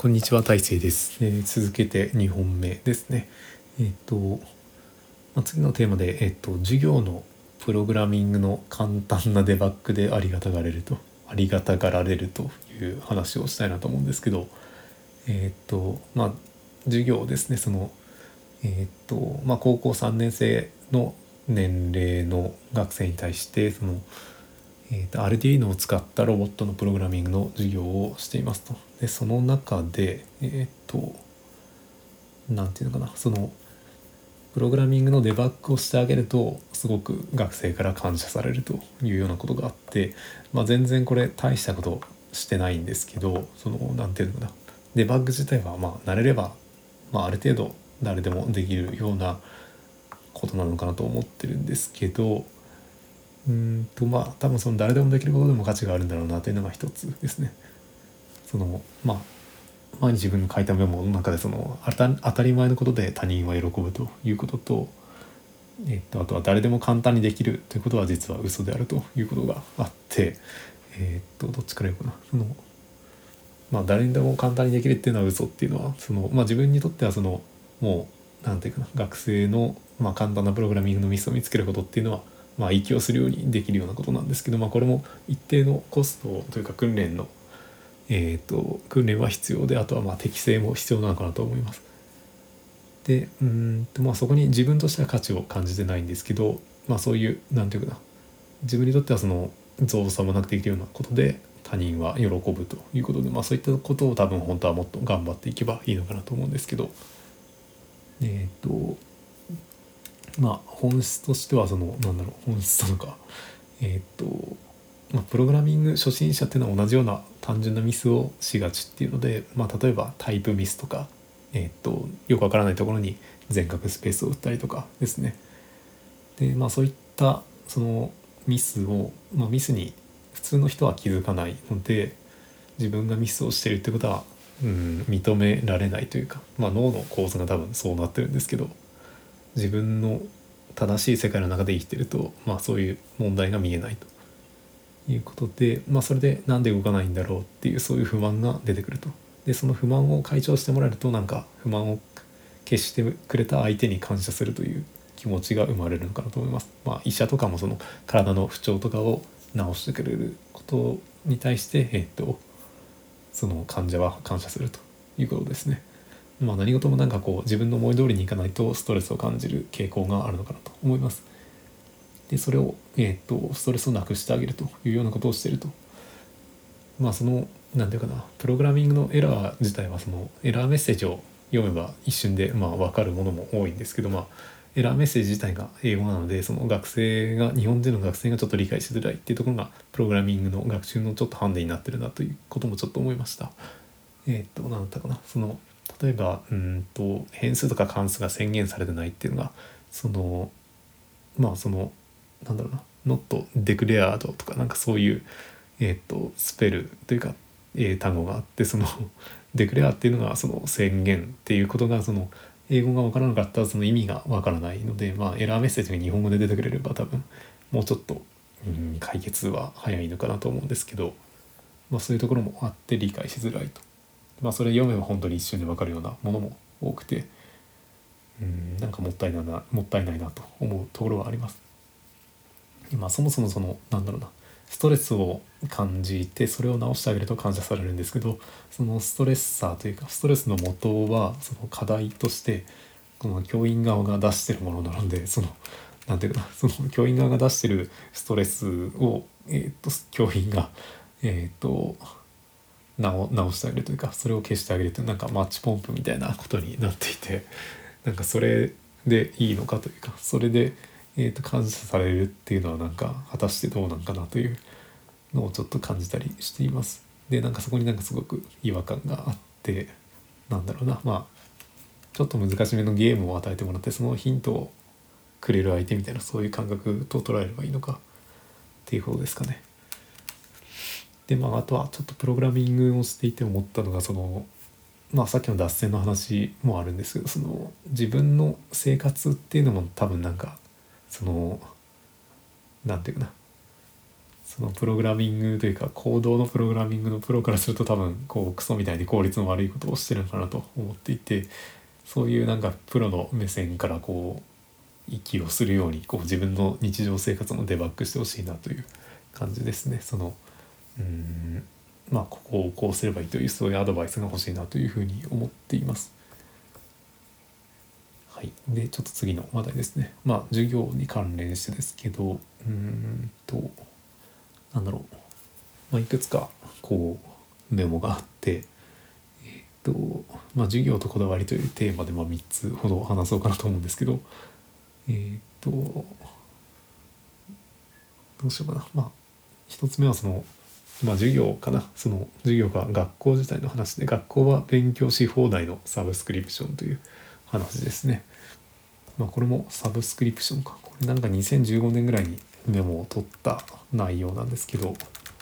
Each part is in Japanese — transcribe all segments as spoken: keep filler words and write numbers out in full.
こんにちは、大成です。えー続けてにほんめですね。えっ、と、まあ、次のテーマで、えっ、と、授業のプログラミングの簡単なデバッグでありがたがれると、ありがたがられるという話をしたいなと思うんですけど、えっ、と、まあ、授業ですね、その、えっ、と、まあ、高校さんねん生の年齢の学生に対して、その、えーと、アルディーノを使ったロボットのプログラミングの授業をしていますと。で、その中で、えっ、と、なんていうのかな、その、プログラミングのデバッグをしてあげると、すごく学生から感謝されるというようなことがあって、まあ、全然これ大したことしてないんですけど、その、なんていうのかな、デバッグ自体は、まあ、慣れれば、まあ、ある程度誰でもできるようなことなのかなと思ってるんですけど、うーんとまあ多分その誰でもできることでも価値があるんだろうなというのが一つですね。そのまあ前に自分が書いたメモの中でその当た当たり前のことで他人は喜ぶということと、えっと、あとは誰でも簡単にできるということは実は嘘であるということがあって、えっとどっちから言うかな、そのまあ誰にでも簡単にできるっていうのは嘘っていうのはその、まあ、自分にとってはそのもうなんていうかな、学生のまあ簡単なプログラミングのミスを見つけることっていうのはまあ息をするようにできるようなことなんですけど、まあ、これも一定のコストというか訓練の、えー、と訓練は必要で、あとはまあ適性も必要なのかなと思います。でうーんと、まあ、そこに自分としては価値を感じてないんですけど、まあ、そういうなんていうかな、自分にとってはその造作もなくできるようなことで他人は喜ぶということで、まあ、そういったことを多分本当はもっと頑張っていけばいいのかなと思うんですけど、えっ、とまあ本質としてはそのなんだろう、本質というか、えっ、とまあ、プログラミング初心者っていうのは同じような単純なミスをしがちっていうので、まあ、例えばタイプミスとか、えっ、とよくわからないところに全角スペースを打ったりとかですね。でまあそういったそのミスを、まあ、ミスに普通の人は気づかないので、自分がミスをしているってことは、うん、認められないというか、まあ、脳の構造が多分そうなってるんですけど、自分の正しい世界の中で生きてると、まあ、そういう問題が見えないということで、まあ、それでなんで動かないんだろうっていうそういう不満が出てくると。でその不満を解消してもらえると、なんか不満を消してくれた相手に感謝するという気持ちが生まれるのかなと思います。まあ、医者とかもその体の不調とかを治してくれることに対して、えっと、その患者は感謝するということですね。まあ、何事もなんかこう自分の思い通りにいかないとストレスを感じる傾向があるのかなと思います。でそれを、えー、とストレスをなくしてあげるというようなことをしていると、まあその何ていうかな、プログラミングのエラー自体はそのエラーメッセージを読めば一瞬でまあ分かるものも多いんですけど、まあエラーメッセージ自体が英語なので、その学生が日本人の学生がちょっと理解しづらいっていうところがプログラミングの学習のちょっとハンデになってるなということもちょっと思いました。えっ、と何だったかな、その例えばうんと変数とか関数が宣言されてないっていうのが、そのまあそのなんだろうな、not declared とかなんかそういう、えっ、とスペルというか、英単語があって、そのデクレアっていうのがその宣言っていうことが、その英語が分からなかったらその意味が分からないので、まあエラーメッセージが日本語で出てくれれば多分もうちょっと、うん、解決は早いのかなと思うんですけど、まあ、そういうところもあって理解しづらいと。まあそれ読めば本当に一瞬で分かるようなものも多くて、うん、なんかもったいないなもったいないなと思うところはあります。まあそもそもそのなんだろうな、ストレスを感じてそれを直してあげると感謝されるんですけど、そのストレッサーというかストレスの元はその課題としてこの教員側が出してるものなので、そのなんていうかな、その教員側が出してるストレスを、えー、と教員がえっ、と直直してあげるというか、それを消してあげるという、なんかマッチポンプみたいなことになっていて、なんかそれでいいのかというか、それで、えー、と感謝されるっていうのはなんか果たしてどうなんかなというのをちょっと感じたりしています。でなんかそこになんかすごく違和感があって、なんだろうな、まあちょっと難しめのゲームを与えてもらって、そのヒントをくれる相手みたいな、そういう感覚と捉えればいいのかっていうことですかね。でまああとはちょっとプログラミングをしていて思ったのが、そのまあさっきの脱線の話もあるんですけど、その自分の生活っていうのも多分なんかそのなんていうかな、 そのプログラミングというかコードのプログラミングのプロからすると多分こうクソみたいに効率の悪いことをしてるのかなと思っていて、そういうなんかプロの目線からこう息をするようにこう自分の日常生活もデバッグしてほしいなという感じですね。そのうーんまあここをこうすればいいというそういうアドバイスが欲しいなというふうに思っています。はい、でちょっと次の話題ですね。まあ授業に関連してですけど、うーんとなんだろう、まあ、いくつかこうメモがあって、えっとまあ、授業とこだわりというテーマでまあみっつほど話そうかなと思うんですけど、えっとどうしようかな。まあひとつめはその、まあ、授業かな。その授業が学校自体の話で、学校は勉強し放題のサブスクリプションという話ですね。まあ、これもサブスクリプションか。これなんかにせんじゅうごねんぐらいにメモを取った内容なんですけど、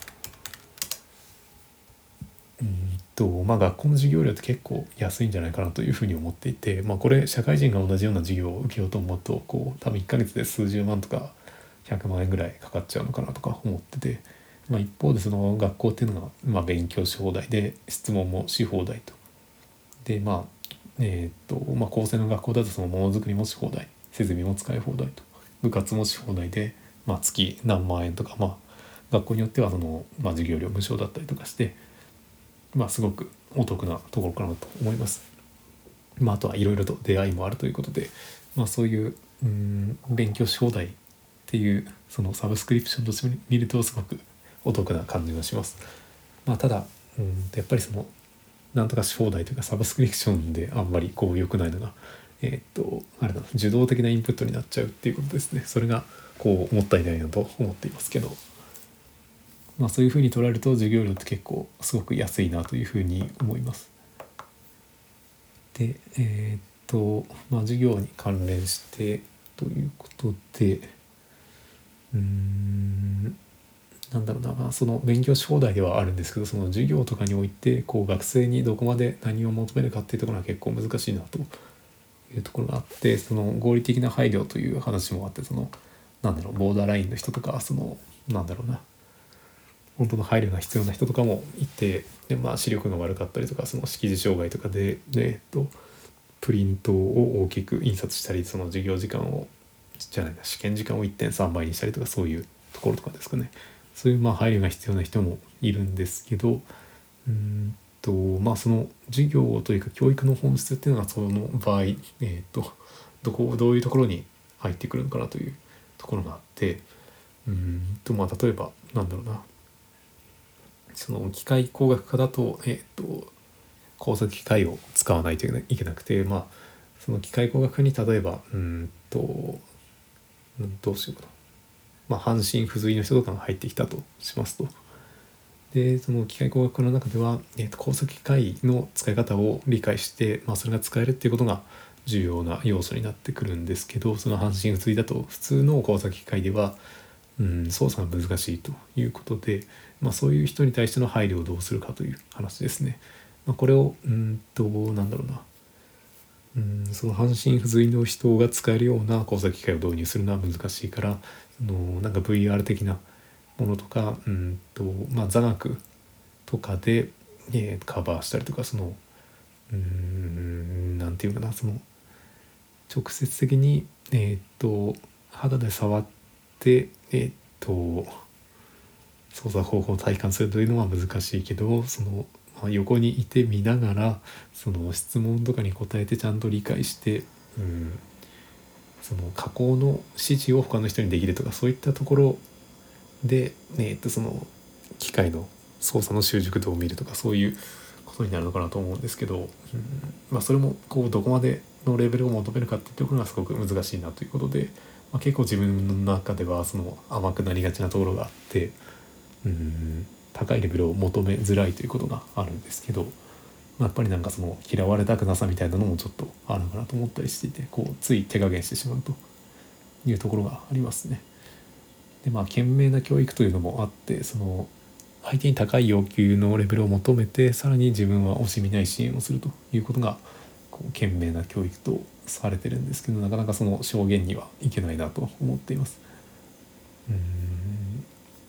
うんとまあ、学校の授業料って結構安いんじゃないかなというふうに思っていて、まあ、これ社会人が同じような授業を受けようと思うとこう多分いっかげつで数十万とかひゃくまん円ぐらいかかっちゃうのかなとか思ってて、まあ、一方でその学校っていうのが、まあ、勉強し放題で質問もし放題と。でまあえー、っとまあ高専の学校だとそのものづくりもし放題、設備も使い放題と、部活もし放題で、まあ、月何万円とか、まあ、学校によってはその、まあ、授業料無償だったりとかして、まあ、すごくお得なところかなと思います。まあ、あとはいろいろと出会いもあるということで、まあ、そういううーん勉強し放題っていうそのサブスクリプションとして見るとすごくお得な感じがします。まあ、ただうんやっぱりそのなんとかし放題というかサブスクリプションであんまりこう良くないのが、えーっとあれだな、受動的なインプットになっちゃうっていうことですね。それがこうもったいないなと思っていますけど、まあ、そういうふうに捉えると授業料って結構すごく安いなというふうに思います。でえーっとまあ授業に関連してということで、うーんなんだろうな、まあ、その勉強し放題ではあるんですけど、その授業とかにおいてこう学生にどこまで何を求めるかっていうところは結構難しいなというところがあって、その合理的な配慮という話もあって、そのなんだろうボーダーラインの人とか、そのなんだろうな本当の配慮が必要な人とかもいて、で、まあ、視力が悪かったりとかその識字障害とかで、でえっと、プリントを大きく印刷したり、その授業時間をじゃないな試験時間をいってんさんばいにしたりとか、そういうところとかですかね。そういうまあ配慮が必要な人もいるんですけど、うーんとまあその授業というか教育の本質っていうのがその場合、えー、とどこどういうところに入ってくるのかなというところがあって、うーんとまあ例えばなんだろうな、その機械工学科だと、えっと、工作機械を使わないといけなくて、まあ、その機械工学科に例えば、うんと、どうしようかな。まあ、半身不随の人とかが入ってきたとしますと。で、その機械工学科の中では、えっと、工作機械の使い方を理解して、まあ、それが使えるっていうことが重要な要素になってくるんですけど、その半身不随だと普通の工作機械では、うん、操作が難しいということで、まあ、そういう人に対しての配慮をどうするかという話ですね。まあ、これをうんとなんだろうな、うんその半身不随の人が使えるような工作機械を導入するのは難しいから、そのなんか ブイアール 的なものとか、うんとまあ、座学とかで、えーカバーしたりとか、そのうんなんていうかな、その直接的にえっ、と肌で触ってえっ、と操作方法を体感するというのは難しいけど、その、まあ、横にいて見ながらその質問とかに答えてちゃんと理解して、うん、その加工の指示を他の人にできるとか、そういったところで、えー、っとその機械の操作の習熟度を見るとか、そういうことになるのかなと思うんですけど、うんまあ、それもこうどこまでのレベルを求めるかっていうところがすごく難しいなということで、まあ、結構自分の中ではその甘くなりがちなところがあって、うん高いレベルを求めづらいということがあるんですけど、やっぱりなんかその嫌われたくなさみたいなのもちょっとあるのかなと思ったりしていて、こうつい手加減してしまうというところがありますね。でまあ賢明な教育というのもあって、その相手に高い要求のレベルを求めて、さらに自分は惜しみない支援をするということがこう賢明な教育とされてるんですけど、なかなかその証言にはいけないなと思っています。うーん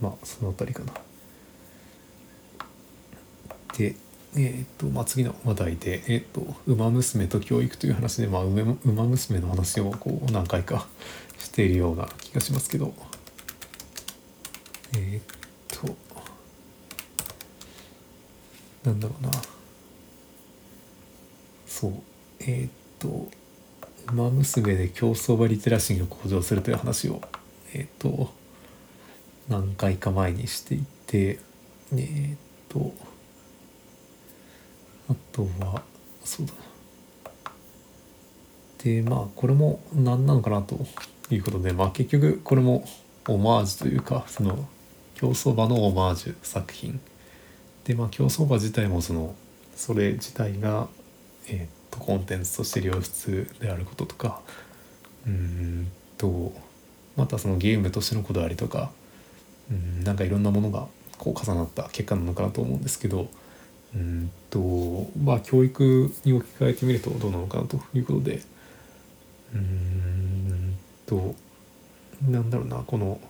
まあそのあたりかな。で、えーとまあ、次の話題で、えーとウマ娘と教育という話で、まあ、ウマウマ娘の話をこう何回かしているような気がしますけど、えーとなんだろうな、そうえーとウマ娘で競走馬リテラシーが向上するという話をえーと何回か前にしていて、えーとあとはそうだな、でまあこれも何なのかなということで、まあ結局これもオマージュというか、その競走馬のオマージュ作品で、まあ競走馬自体もそのそれ自体がえー、とコンテンツとして良質であることとか、うーんとまたそのゲームとしてのこだわりとか、うんなんかいろんなものがこう重なった結果なのかなと思うんですけど、うんとまあ教育に置き換えてみるとどうなのかなということで、うーんとなんだろうな、この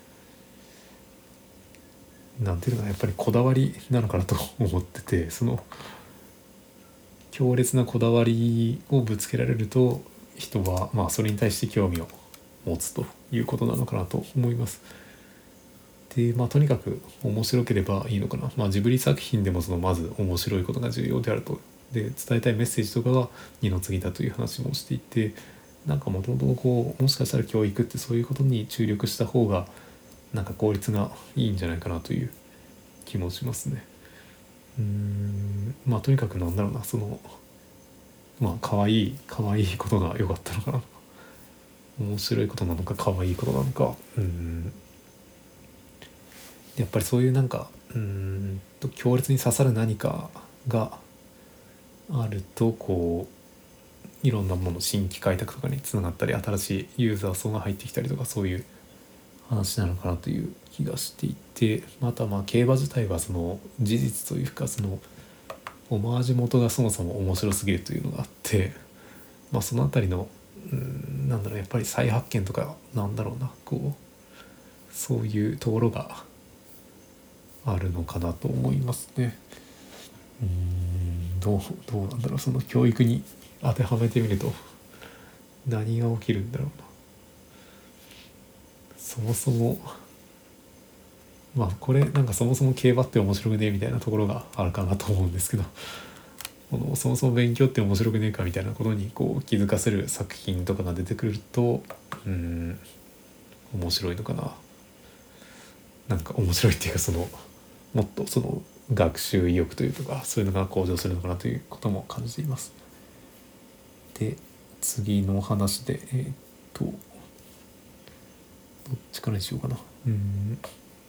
なんていうのかな、やっぱりこだわりなのかなと思ってて、その強烈なこだわりをぶつけられると人はまあそれに対して興味を持つということなのかなと思います。でまあとにかく面白ければいいのかな。まあジブリ作品でもそのまず面白いことが重要であると、で伝えたいメッセージとかが二の次だという話もしていて、なんかもともとこうもしかしたら教育ってそういうことに注力した方がなんか効率がいいんじゃないかなという気もしますね。うーんまあとにかくなんだろうな、そのまあ可愛い可愛いことが良かったのかな、面白いことなのか可愛いことなのか、うーんやっぱりそういうなんかうーんと強烈に刺さる何かがあると、こういろんなもの新規開拓とかにつながったり、新しいユーザー層が入ってきたりとか、そういう話なのかなという気がしていて、またまあ競馬自体はその事実というか、そのオマージュ元がそもそも面白すぎるというのがあって、まあそのあたりのうーんなんだろう、やっぱり再発見とかなんだろうな、こうそういうところがあるのかなと思いますね。うーんどうどうなんだろう、その教育に当てはめてみると何が起きるんだろうな。そもそもまあこれなんかそもそも競馬って面白くねえみたいなところがあるかなと思うんですけど、このそもそも勉強って面白くねえかみたいなことにこう気づかせる作品とかが出てくると、うーん面白いのかな。なんか面白いっていうか、そのもっとその学習意欲というとかそういうのが向上するのかなということも感じています。で次の話でえー、っとどっちからにしようかな。うーん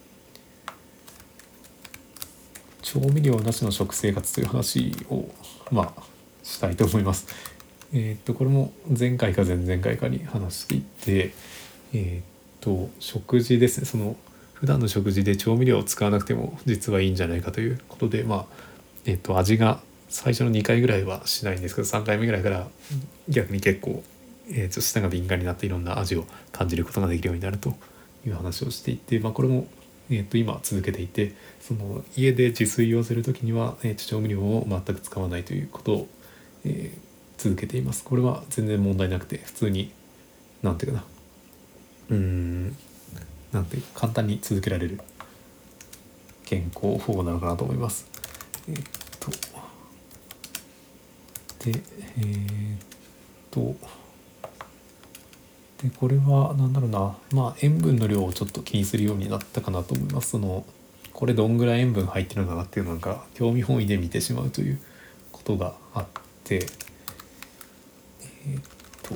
調味料なしの食生活という話をまあしたいと思います。えー、っとこれも前回か前々回かに話していて、えー、っと食事ですね。その普段の食事で調味料を使わなくても実はいいんじゃないかということで、まあえー、っと味が最初のにかいぐらいはしないんですけど、さんかいめぐらいから逆に結構、えー、と舌が敏感になっていろんな味を感じることができるようになるという話をしていて、まあ、これも、えー、と今続けていて、その家で自炊をするときには、えー、と調味料を全く使わないということを、えー続けています。これは全然問題なくて、普通になんていうかな、うーんなんていうか簡単に続けられる健康法なのかなと思います。えーっとでえーっとでこれはなんだろうな、まあ塩分の量をちょっと気にするようになったかなと思います。そのこれどんぐらい塩分入ってるのかなっていうのが興味本位で見てしまうということがあって、えーっと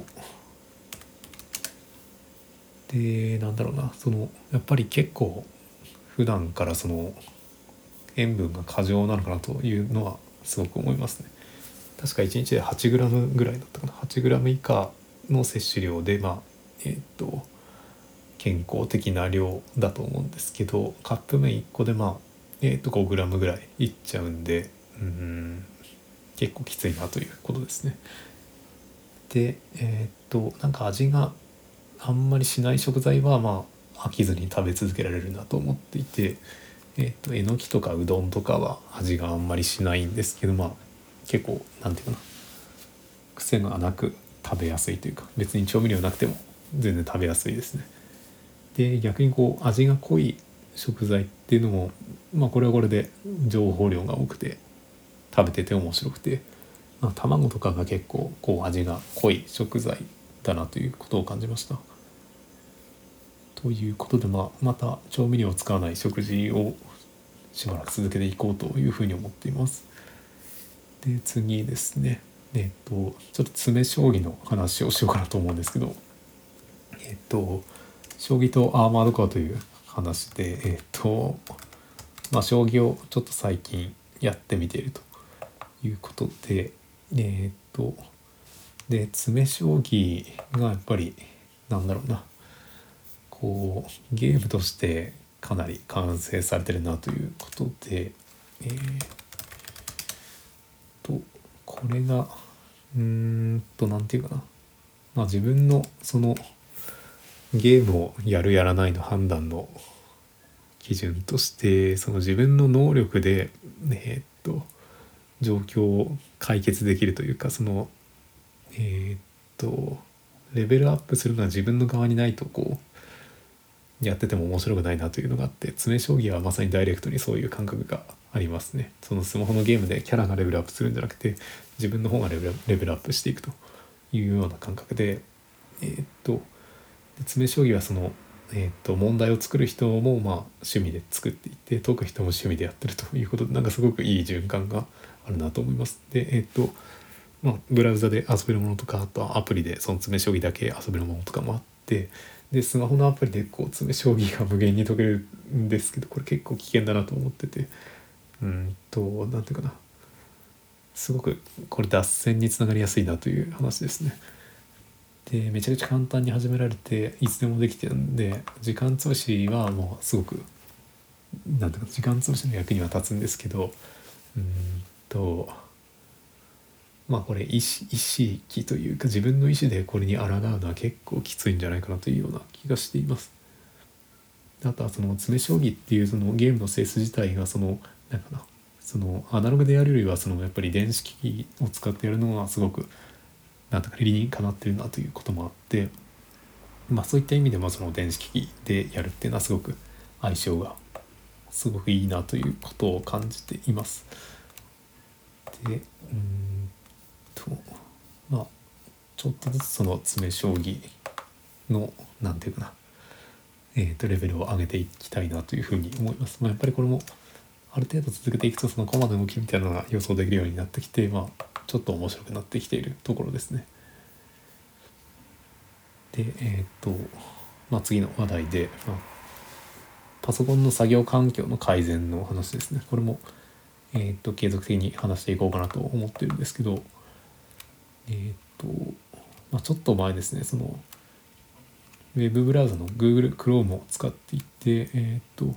でなんだろうな、そのやっぱり結構普段からその塩分が過剰なのかなというのはすごく思いますね。確かいちにちで はちグラム ぐらいだったかな、はちグラム 以下の摂取量でまあえーっと健康的な量だと思うんですけど、カップ麺いっこでまあえーっと ごグラム ぐらいいっちゃうんで、うーん結構きついなということですね。でえーっとなんか味があんまりしない食材はまあ飽きずに食べ続けられるなと思っていて、えっとえのきとかうどんとかは味があんまりしないんですけど、まあ結構なんていうかな、癖がなく食べやすいというか、別に調味料なくても全然食べやすいですね。で逆にこう味が濃い食材っていうのも、まあこれはこれで情報量が多くて食べてて面白くて、まあ、卵とかが結構こう味が濃い食材だなということを感じました。ということで、まあ、また調味料を使わない食事をしばらく続けていこうというふうに思っています。で次ですね、えっとちょっと詰め将棋の話をしようかなと思うんですけど、えっと将棋とアーマードコアという話で、えっとまあ将棋をちょっと最近やってみているということで、えっとで詰め将棋がやっぱりなんだろうな、こうゲームとしてかなり完成されてるなということで、えー、とこれがうーんとなんていうかな、まあ自分のそのゲームをやるやらないの判断の基準として、その自分の能力でえー、っと状況を解決できるというか、そのえー、っとレベルアップするのは自分の側にないとこうやってても面白くないなというのがあって、詰将棋はまさにダイレクトにそういう感覚がありますね。そのスマホのゲームでキャラがレベルアップするんじゃなくて、自分の方がレベル、レベルアップしていくというような感覚で、えー、っと詰将棋はその、えー、っと問題を作る人もまあ趣味で作っていて、解く人も趣味でやってるということで、なんかすごくいい循環があるなと思います。でえー、っとまあ、ブラウザで遊べるものとか、あとはアプリでその詰将棋だけ遊べるものとかもあって、でスマホのアプリでこう詰将棋が無限に解けるんですけど、これ結構危険だなと思ってて、うんとなんていうかな、すごくこれ脱線につながりやすいなという話ですね。でめちゃくちゃ簡単に始められていつでもできてるんで、時間潰しはもうすごくなんていうか時間潰しの役には立つんですけど、うんとまあこれ意識意識というか自分の意思でこれに抗うのは結構きついんじゃないかなというような気がしています。あとはその詰将棋っていうそのゲームの性質自体がそのなんかな、そのアナログでやるよりはそのやっぱり電子機器を使ってやるのがすごくなんとか理にかなってるなということもあって、まあそういった意味でもその電子機器でやるっていうのはすごく相性がすごくいいなということを感じています。でうーんとまあちょっとずつその詰将棋のなんていうかな、えー、とレベルを上げていきたいなというふうに思います。まあ、やっぱりこれもある程度続けていくとその駒の動きみたいなのが予想できるようになってきて、まあちょっと面白くなってきているところですね。でえっ、とまあ次の話題で、まあ、パソコンの作業環境の改善の話ですね。これもえっ、と継続的に話していこうかなと思ってるんですけど、えっ、とまあちょっと前ですね、そのウェブブラウザの Google Chrome を使っていて、えっ、と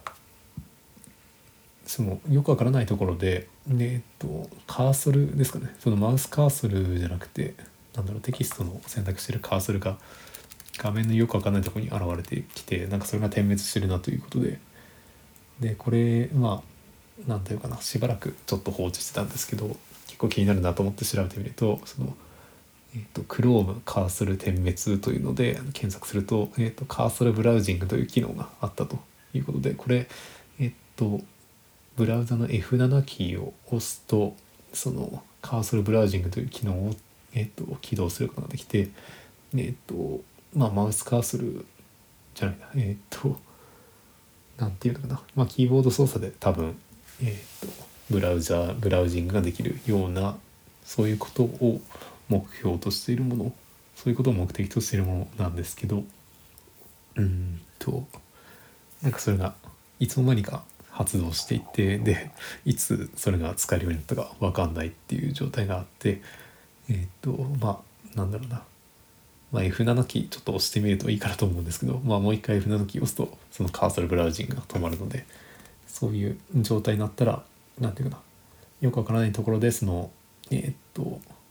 そのよくわからないところで、えっ、とカーソルですかね、そのマウスカーソルじゃなくてなんだろう、テキストの選択してるカーソルが画面のよくわかんないところに現れてきて、なんかそれが点滅してるなということで、でこれまあなんていうかな、しばらくちょっと放置してたんですけど、結構気になるなと思って調べてみると、そのえー、と Chrome カーソル点滅というので検索すると、えー、とカーソルブラウジングという機能があったということで、これえっ、とブラウザの エフセブン キーを押すとそのカーソルブラウジングという機能を、えー、と起動することができて、えっ、とまあマウスカーソルじゃないな、えっ、となんていうのかな、まあキーボード操作で多分えっ、とブラウザブラウジングができるような、そういうことを目標としているもの、そういうことを目的としているものなんですけど、うーんとなんかそれがいつの間にか発動していて、でいつそれが使えるようになったか分かんないっていう状態があって、えっ、とまあなんだろうな、まあ、エフセブン キーちょっと押してみるといいかなと思うんですけど、まあ、もう一回 エフセブン キー押すとそのカーソルブラウジングが止まるので、そういう状態になったらなんていうかな、よくわからないところでそのえっ、と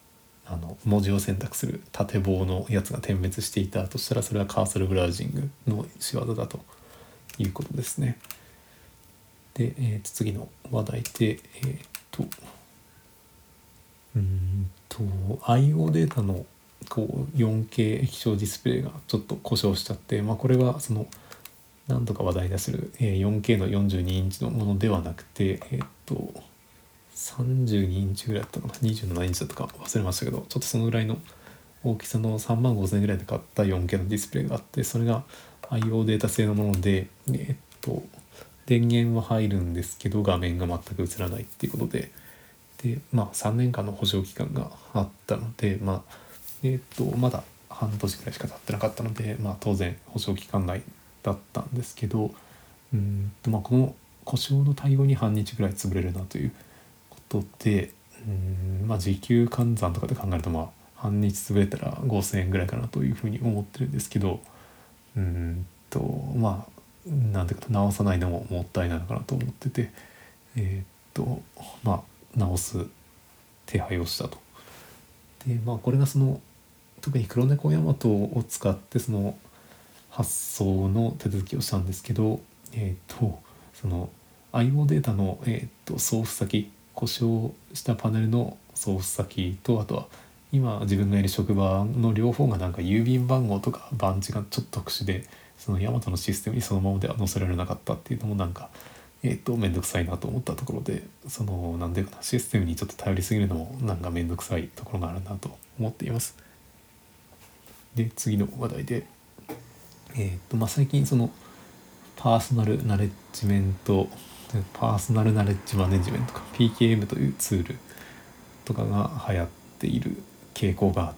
あの文字を選択する縦棒のやつが点滅していたとしたら、それはカーソルブラウジングの仕業だということですね。で、えー、と次の話題で、えー、とうーんと アイオー データのこう よんケー 液晶ディスプレイがちょっと故障しちゃって、まあ、これはその何度か話題に出する よんケー のよんじゅうにインチのものではなくて、えっとさんじゅうにインチぐらいだったかな、にじゅうななインチだったか忘れましたけど、ちょっとそのぐらいの大きさのさんまんごせんえんぐらいで買った よんケー のディスプレイがあって、それが アイオー データ製のもので、えっと電源は入るんですけど画面が全く映らないっていうことで、でまあさんねんかんの保証期間があったので、まあえっとまだ半年くらいしか経ってなかったので、まあ当然保証期間内だったんですけど、うんとまあこの故障の対応に半日ぐらい潰れるなということで、うんまあ時給換算とかで考えると、まあ半日潰れたらごせんえんぐらいかなというふうに思ってるんですけど、うんとまあなんていうか直さないのももったいないのかなと思ってて、えーっとまあ直す手配をしたと。でまあこれがその特に黒猫ヤマトを使ってその発送の手続きをしたんですけど、えーっとその アイオー データの、えーっと送付先、故障したパネルの送付先と、あとは今自分がいる職場の両方がなんか郵便番号とか番地がちょっと特殊で、そのヤマトのシステムにそのままでは載せられなかったっていうのもなんかえっと面倒くさいなと思ったところで、そのなんていうかな、システムにちょっと頼りすぎるのもなんか面倒くさいところがあるなと思っています。で次の話題で、えっとまあ最近そのパーソナルナレッジメントパーソナルナレッジマネジメントか ピーケーエム というツールとかが流行っている傾向があって、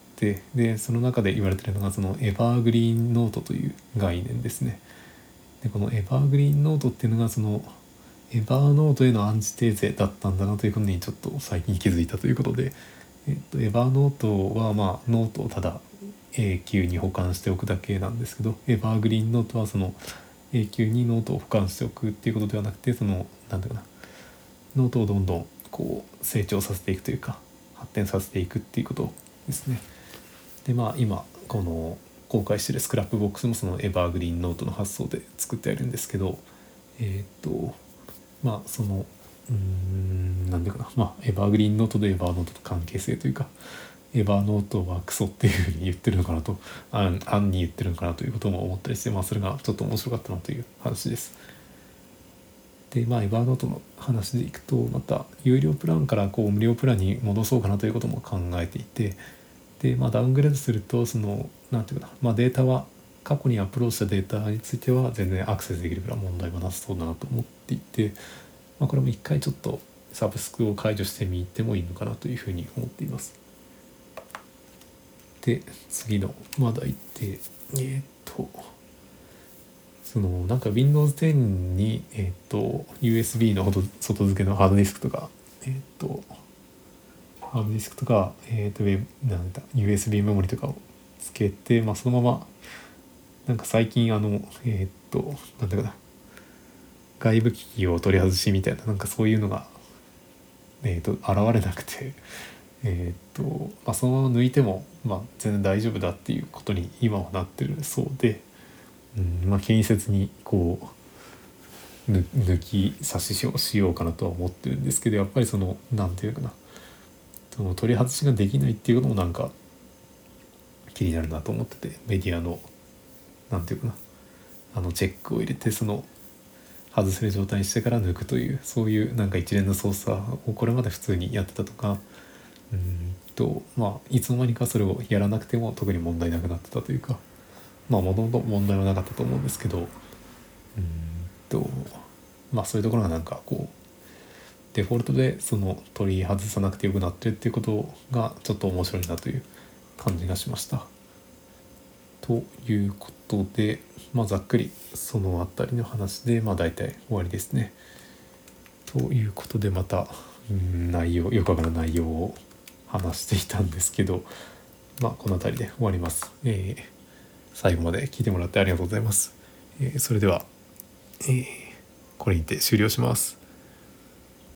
でその中で言われているのがそのエバーグリーンノートという概念ですね。でこのエバーグリーンノートっていうのがそのエバーノートへのアンチテーゼだったんだなということにちょっと最近気づいたということで、えっと、エバーノートはまあノートをただ永久に保管しておくだけなんですけど、エバーグリーンノートはその永久にノートを保管しておくっていうことではなくて、そのなんだかな、ノートをどんどんこう成長させていくというか発展させていくっていうことですね。でまあ今この公開しているスクラップボックスもそのエバーグリーンノートの発想で作ってあるんですけど、えっとまあそのうーんなんていうかな、まあエバーグリーンノートとエバーノートと関係性というか、エバーノートはクソっていうふうに言ってるのかなと、暗暗に言ってるのかなということも思ったりして、まあそれがちょっと面白かったなという話です。でまあエバーノートの話でいくと、また有料プランからこう無料プランに戻そうかなということも考えていて、でまあダウングレードするとそのなんていうかな、まあデータは過去にアップロードしたデータについては全然アクセスできるから問題はなさそうだなと思っていて、まあ、これも一回ちょっとサブスクを解除してみてもいいのかなというふうに思っています。で次の話題ってえー、っとそのなんか ウィンドウズテン にえー、っと ユーエスビー の外付けのハードディスクとかえー、っとハードディスクとか、えー、とウェブなんだ ユーエスビー メモリとかをつけて、まあ、そのままなんか最近あのえっ、となんだかな、外部機器を取り外しみたいな、なんかそういうのがえっ、と現れなくて、えっ、とまあそのまま抜いてもまあ全然大丈夫だっていうことに今はなってるそうで、うん、まあ気にせずにこう抜き差しをしようかなとは思ってるんですけど、やっぱりそのなんていうかな、その取り外しができないっていうこともなんか気になるなと思ってて、メディアのなんていうかな、あのチェックを入れてその外せる状態にしてから抜くという、そういうなんか一連の操作をこれまで普通にやってたとか、うんとまあいつの間にかそれをやらなくても特に問題なくなってたというか、まあもともと問題はなかったと思うんですけど、うんとまあそういうところがなんかこうデフォルトでその取り外さなくてよくなってるっていうことがちょっと面白いなという感じがしました。ということで、まあ、ざっくりそのあたりの話で、まあ、大体終わりですね。ということでまた、うん、内容よくわからない内容を話していたんですけど、まあこの辺りで終わります。えー、最後まで聞いてもらってありがとうございます。えー、それでは、えー、これにて終了します。